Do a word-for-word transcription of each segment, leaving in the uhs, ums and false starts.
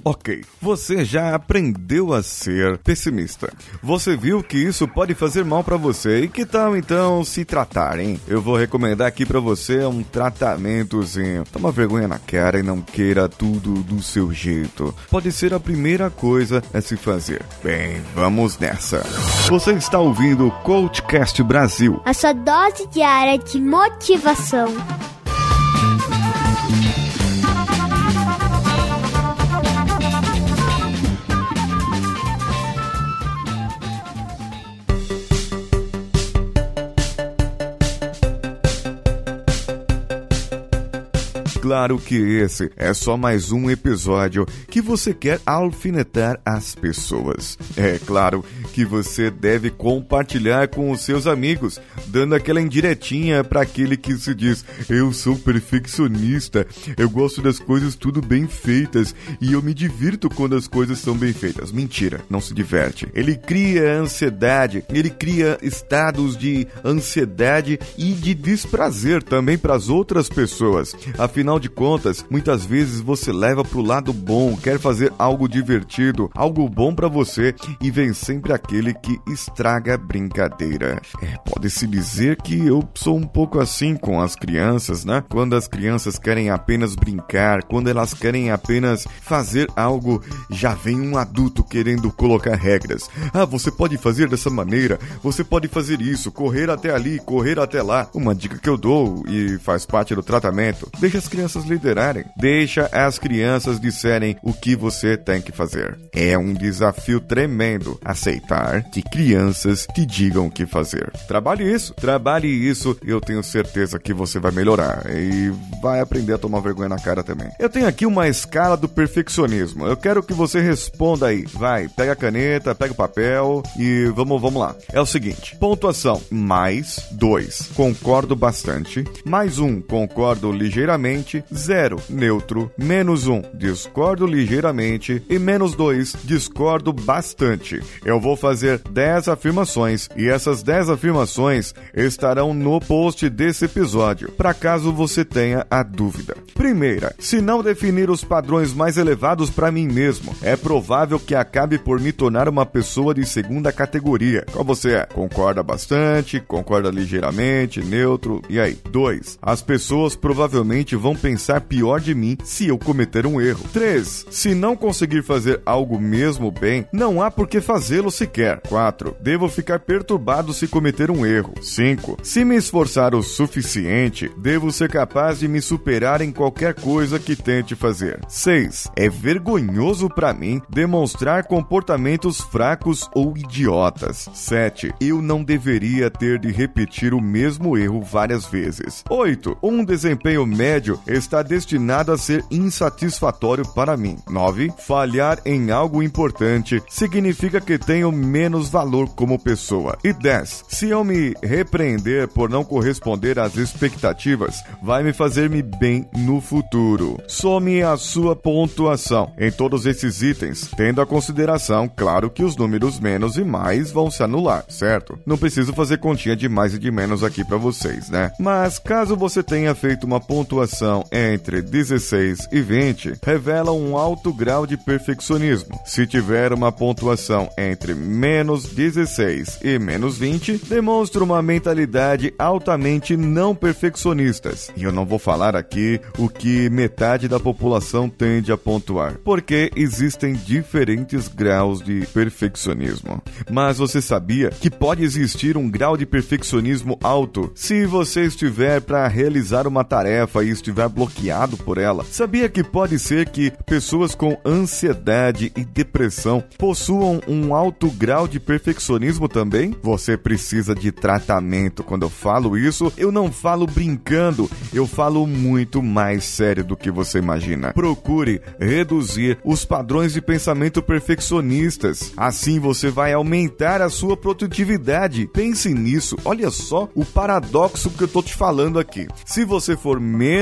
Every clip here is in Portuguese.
Ok, você já aprendeu a ser pessimista. Você viu que isso pode fazer mal pra você. E que tal então se tratar, hein? Eu vou recomendar aqui pra você um tratamentozinho. Toma vergonha na cara e não queira tudo do seu jeito. Pode ser a primeira coisa a se fazer. Bem, vamos nessa. Você está ouvindo o Coachcast Brasil, a sua dose diária de motivação. Claro que esse é só mais um episódio que você quer alfinetar as pessoas. É claro que você deve compartilhar com os seus amigos, dando aquela indiretinha para aquele que se diz: eu sou perfeccionista, eu gosto das coisas tudo bem feitas e eu me divirto quando as coisas são bem feitas. Mentira, não se diverte. Ele cria ansiedade, ele cria estados de ansiedade e de desprazer também para as outras pessoas. Afinal de contas, muitas vezes você leva pro lado bom, quer fazer algo divertido, algo bom pra você, e vem sempre aquele que estraga a brincadeira. É, pode-se dizer que eu sou um pouco assim com as crianças, né? Quando as crianças querem apenas brincar, quando elas querem apenas fazer algo, já vem um adulto querendo colocar regras. Ah, você pode fazer dessa maneira, você pode fazer isso, correr até ali, correr até lá. Uma dica que eu dou, e faz parte do tratamento: deixa as crianças liderarem. Deixa as crianças disserem o que você tem que fazer. É um desafio tremendo aceitar que crianças te digam o que fazer. Trabalhe isso, trabalhe isso, e eu tenho certeza que você vai melhorar e vai aprender a tomar vergonha na cara também. Eu tenho aqui uma escala do perfeccionismo. Eu quero que você responda aí. Vai, pega a caneta, pega o papel e vamos, vamos lá. É o seguinte: pontuação: mais dois, concordo bastante; mais um, concordo ligeiramente; zero, neutro; menos um, discordo ligeiramente; e menos dois, discordo bastante. Eu vou fazer dez afirmações e essas dez afirmações estarão no post desse episódio, para caso você tenha a dúvida. Primeira: se não definir os padrões mais elevados para mim mesmo, é provável que acabe por me tornar uma pessoa de segunda categoria. Qual você é? Concorda bastante, concorda ligeiramente, neutro, e aí? dois. As pessoas provavelmente vão pensar pior de mim se eu cometer um erro. três. Se não conseguir fazer algo mesmo bem, não há por que fazê-lo sequer. quatro. Devo ficar perturbado se cometer um erro. cinco. Se me esforçar o suficiente, devo ser capaz de me superar em qualquer coisa que tente fazer. seis. É vergonhoso para mim demonstrar comportamentos fracos ou idiotas. sete. Eu não deveria ter de repetir o mesmo erro várias vezes. oito. Um desempenho médio está destinado a ser insatisfatório para mim. nove. Falhar em algo importante significa que tenho menos valor como pessoa. E dez. Se eu me repreender por não corresponder às expectativas, vai me fazer-me bem no futuro. Some a sua pontuação em todos esses itens, tendo a consideração, claro, que os números menos e mais vão se anular, certo? Não preciso fazer continha de mais e de menos aqui para vocês, né? Mas caso você tenha feito uma pontuação entre dezesseis e vinte, revela um alto grau de perfeccionismo. Se tiver uma pontuação entre menos dezesseis e menos vinte, demonstra uma mentalidade altamente não perfeccionistas. E eu não vou falar aqui o que metade da população tende a pontuar, porque existem diferentes graus de perfeccionismo. Mas você sabia que pode existir um grau de perfeccionismo alto se você estiver para realizar uma tarefa e estiver bloqueado por ela? Sabia que pode ser que pessoas com ansiedade e depressão possuam um alto grau de perfeccionismo também? Você precisa de tratamento. Quando eu falo isso, eu não falo brincando, eu falo muito mais sério do que você imagina. Procure reduzir os padrões de pensamento perfeccionistas. Assim você vai aumentar a sua produtividade. Pense nisso. Olha só o paradoxo que eu tô te falando aqui. Se você for menos perfeccionista,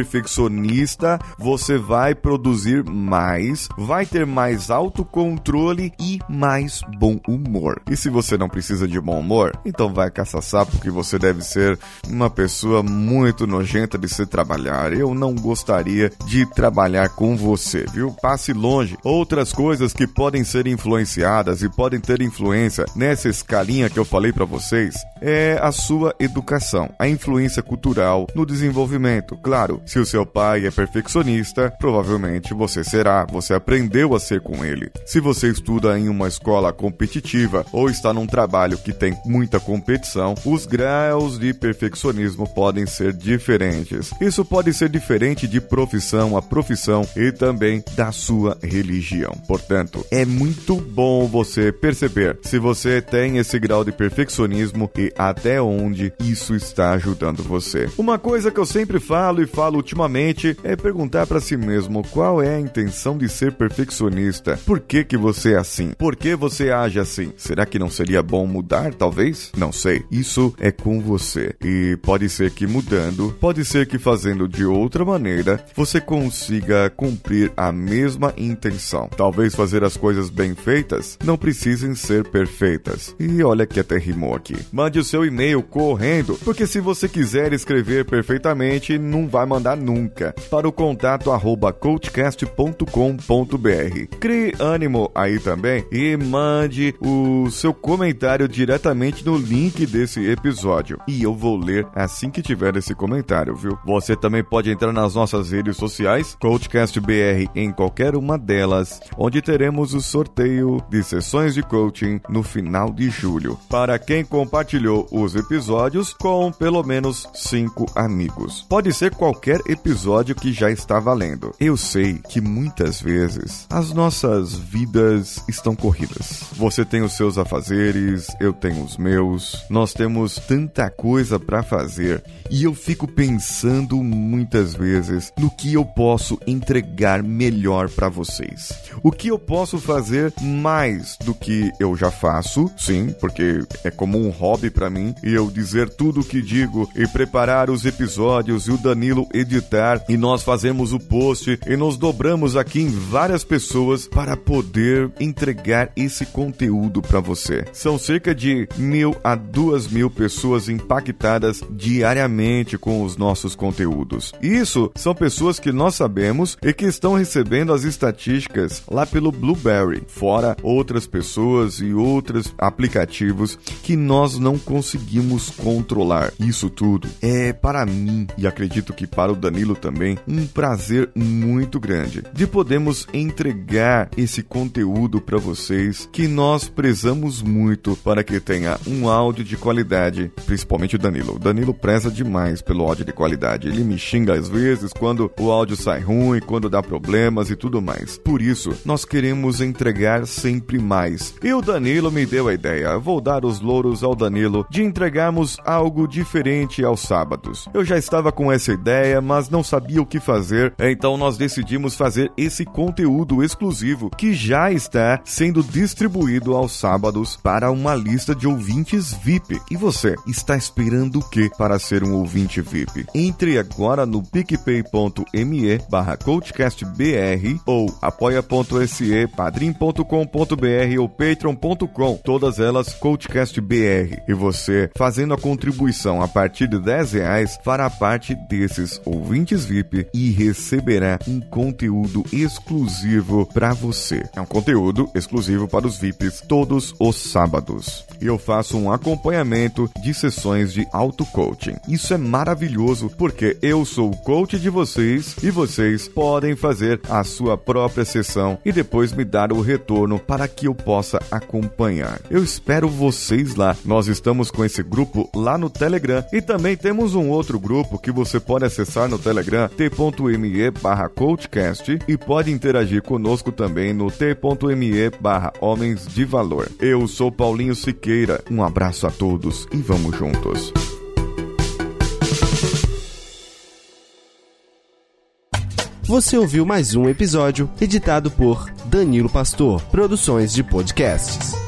perfeccionista, você vai produzir mais, vai ter mais autocontrole e mais bom humor. E se você não precisa de bom humor, então vai caçar sapo, que você deve ser uma pessoa muito nojenta de se trabalhar. Eu não gostaria de trabalhar com você, viu? Passe longe. Outras coisas que podem ser influenciadas e podem ter influência nessa escalinha que eu falei para vocês é a sua educação, a influência cultural no desenvolvimento. Claro, se o seu pai é perfeccionista, provavelmente você será, você aprendeu a ser com ele. Se você estuda em uma escola competitiva ou está num trabalho que tem muita competição, os graus de perfeccionismo podem ser diferentes. Isso pode ser diferente de profissão a profissão e também da sua religião. Portanto, é muito bom você perceber se você tem esse grau de perfeccionismo e até onde isso está ajudando você. Uma coisa que eu sempre falo e falo ultimamente é perguntar para si mesmo qual é a intenção de ser perfeccionista. Por que que você é assim? Por que você age assim? Será que não seria bom mudar, talvez? Não sei. Isso é com você. E pode ser que mudando, pode ser que fazendo de outra maneira, você consiga cumprir a mesma intenção. Talvez fazer as coisas bem feitas não precisem ser perfeitas. E olha que até rimou aqui. Mande o seu e-mail correndo, porque se você quiser escrever perfeitamente, não vai mandar nunca. Para o contato arroba coachcast ponto com ponto b r. Crie ânimo aí também e mande o seu comentário diretamente no link desse episódio. E eu vou ler assim que tiver esse comentário, viu? Você também pode entrar nas nossas redes sociais, CoachCastBR em qualquer uma delas, onde teremos o sorteio de sessões de coaching no final de julho, para quem compartilhou os episódios com pelo menos cinco amigos. Pode ser qualquer episódio que já está valendo. Eu sei que muitas vezes as nossas vidas estão corridas. Você tem os seus afazeres, eu tenho os meus, nós temos tanta coisa para fazer e eu fico pensando muitas vezes no que eu posso entregar melhor para vocês. O que eu posso fazer mais do que eu já faço, sim, porque é como um hobby para mim, e eu dizer tudo o que digo e preparar os episódios e o Danilo editar e nós fazemos o post e nos dobramos aqui em várias pessoas para poder entregar esse conteúdo para você. São cerca de mil a duas mil pessoas impactadas diariamente com os nossos conteúdos. Isso são pessoas que nós sabemos e que estão recebendo as estatísticas lá pelo Blueberry, fora outras pessoas e outros aplicativos que nós não conseguimos controlar. Isso tudo é para mim, e acredito que para o Danilo também, um prazer muito grande de podermos entregar esse conteúdo para vocês que nós prezamos muito para que tenha um áudio de qualidade, principalmente o Danilo. O Danilo preza demais pelo áudio de qualidade. Ele me xinga às vezes quando o áudio sai ruim, quando dá problemas e tudo mais. Por isso, nós queremos entregar sempre mais. E o Danilo me deu a ideia. Vou dar os louros ao Danilo de entregarmos algo diferente aos sábados. Eu já estava com essa ideia, mas não sabia o que fazer, então nós decidimos fazer esse conteúdo exclusivo que já está sendo distribuído aos sábados para uma lista de ouvintes V I P. E você está esperando o que para ser um ouvinte V I P? Entre agora no picpay ponto me barra coachcastbr ou apoia.se, padrim ponto com ponto br ou patreon ponto com, todas elas CoachCastBR. E você, fazendo a contribuição a partir de dez reais, fará parte desses ouvintes V I P e receberá um conteúdo exclusivo para você. É um conteúdo exclusivo para os V I Ps todos os sábados. E eu faço um acompanhamento de sessões de auto-coaching. Isso é maravilhoso porque eu sou o coach de vocês e vocês podem fazer a sua própria sessão e depois me dar o retorno para que eu possa acompanhar. Eu espero vocês lá. Nós estamos com esse grupo lá no Telegram e também temos um outro grupo que você pode acessar no Telegram, t.me barra coachcast, e pode interagir conosco também no t.me barra homens de valor. Eu sou Paulinho Siqueira. Um abraço a todos e vamos juntos. Você ouviu mais um episódio editado por Danilo Pastor, Produções de Podcasts.